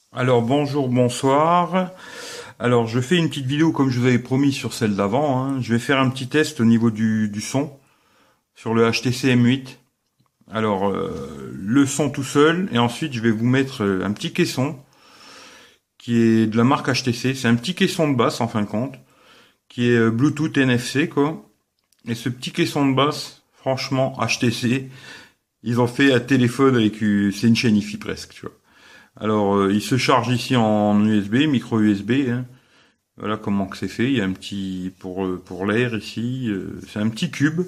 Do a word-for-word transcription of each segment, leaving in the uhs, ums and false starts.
Alors bonjour, bonsoir. Alors je fais une petite vidéo comme je vous avais promis sur celle d'avant, hein. Je vais faire un petit test au niveau du, du son sur le H T C M huit. Alors euh, le son tout seul et ensuite je vais vous mettre euh, un petit caisson qui est de la marque H T C. C'est un petit caisson de basse en fin de compte qui est euh, Bluetooth N F C quoi. Et ce petit caisson de basse, franchement H T C, ils ont fait un téléphone avec euh, c'est une chaîne Hi-Fi presque, tu vois. Alors, euh, il se charge ici en U S B, micro U S B. Hein. Voilà comment que c'est fait. Il y a un petit pour euh, pour l'air ici. Euh, c'est un petit cube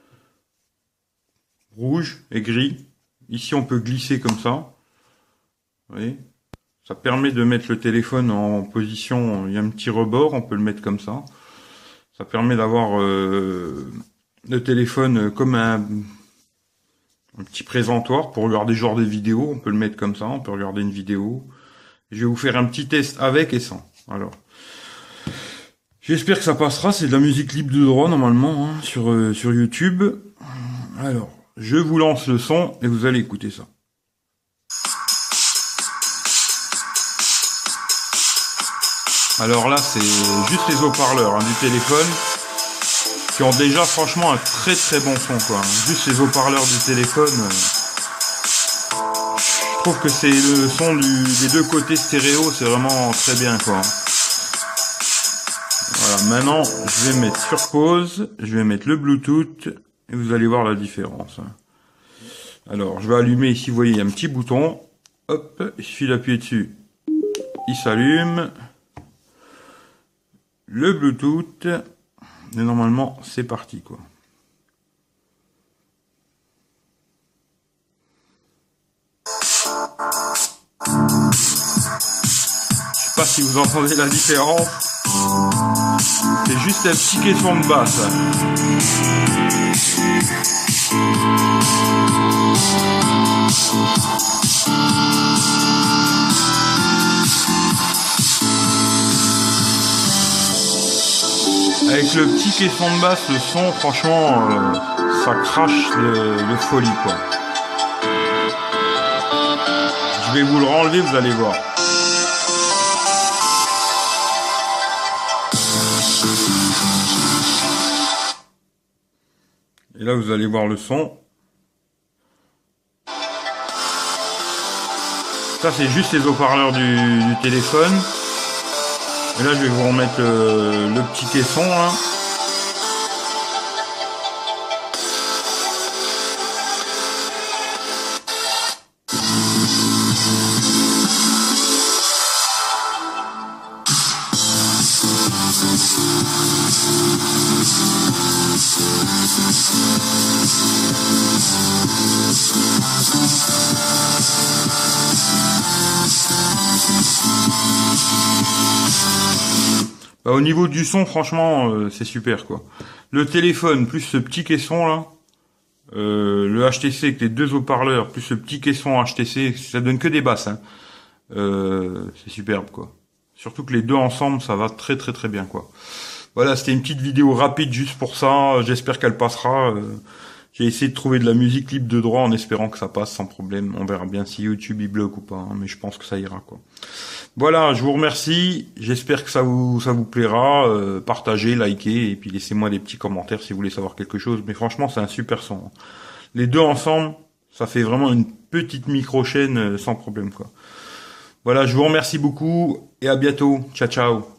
rouge et gris. Ici, on peut glisser comme ça. Vous voyez, ça permet de mettre le téléphone en position. Il y a un petit rebord, on peut le mettre comme ça. Ça permet d'avoir euh, le téléphone comme un un petit présentoir pour regarder genre des vidéos. On peut le mettre comme ça. On peut regarder une vidéo. Je vais vous faire un petit test avec et sans. Alors, j'espère que ça passera. C'est de la musique libre de droit normalement hein, sur euh, sur YouTube. Alors, je vous lance le son et vous allez écouter ça. Alors là, c'est juste les haut-parleurs hein, du téléphone qui ont déjà franchement un très très bon son quoi. Juste les haut-parleurs du téléphone. Euh, je trouve que c'est le son du, des deux côtés stéréo, c'est vraiment très bien quoi. Voilà, maintenant, je vais mettre sur pause, je vais mettre le Bluetooth, et vous allez voir la différence. Alors, je vais allumer ici, vous voyez, il y a un petit bouton, hop, il suffit d'appuyer dessus, il s'allume, le Bluetooth, et normalement, c'est parti, quoi. Je sais pas si vous entendez la différence. C'est juste un petit caisson de basse. Avec le petit caisson de basse, le son, franchement, euh, ça crache de, de folie, quoi. Je vais vous le renlever, vous allez voir. Et là, vous allez voir le son. Ça, c'est juste les haut-parleurs du, du téléphone. Et là, je vais vous remettre le, le petit caisson, là. Bah, au niveau du son, franchement, euh, c'est super quoi. Le téléphone plus ce petit caisson là, euh, le H T C avec les deux haut-parleurs plus ce petit caisson H T C, ça donne que des basses. Hein. Euh, c'est superbe quoi. Surtout que les deux ensemble, ça va très très très bien quoi. Voilà, c'était une petite vidéo rapide juste pour ça. J'espère qu'elle passera. Euh, J'ai essayé de trouver de la musique libre de droit en espérant que ça passe sans problème. On verra bien si YouTube il bloque ou pas, hein, mais je pense que ça ira quoi. Voilà, je vous remercie. J'espère que ça vous ça vous plaira. Euh, partagez, likez et puis laissez-moi des petits commentaires si vous voulez savoir quelque chose. Mais franchement, c'est un super son. Les deux ensemble, ça fait vraiment une petite micro chaîne euh, sans problème quoi. Voilà, je vous remercie beaucoup et à bientôt. Ciao ciao.